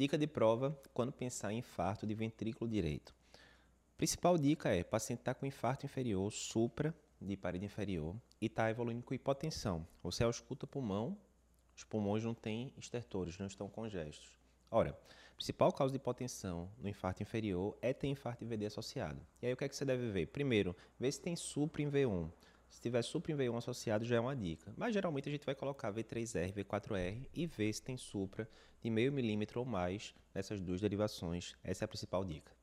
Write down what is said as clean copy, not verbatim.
Dica de prova quando pensar em infarto de ventrículo direito. Principal dica é: o paciente está com infarto inferior, supra de parede inferior e está evoluindo com hipotensão. Você ausculta o pulmão, os pulmões não têm estertores, não estão congestos. Ora, a principal causa de hipotensão no infarto inferior é ter infarto IVD associado. E aí o que é que você deve ver? Primeiro, ver se tem supra em V1. Se tiver supra em V1 associado já é uma dica. Mas geralmente a gente vai colocar V3R, V4R e ver se tem supra de 0,5 milímetro ou mais nessas duas derivações. Essa é a principal dica.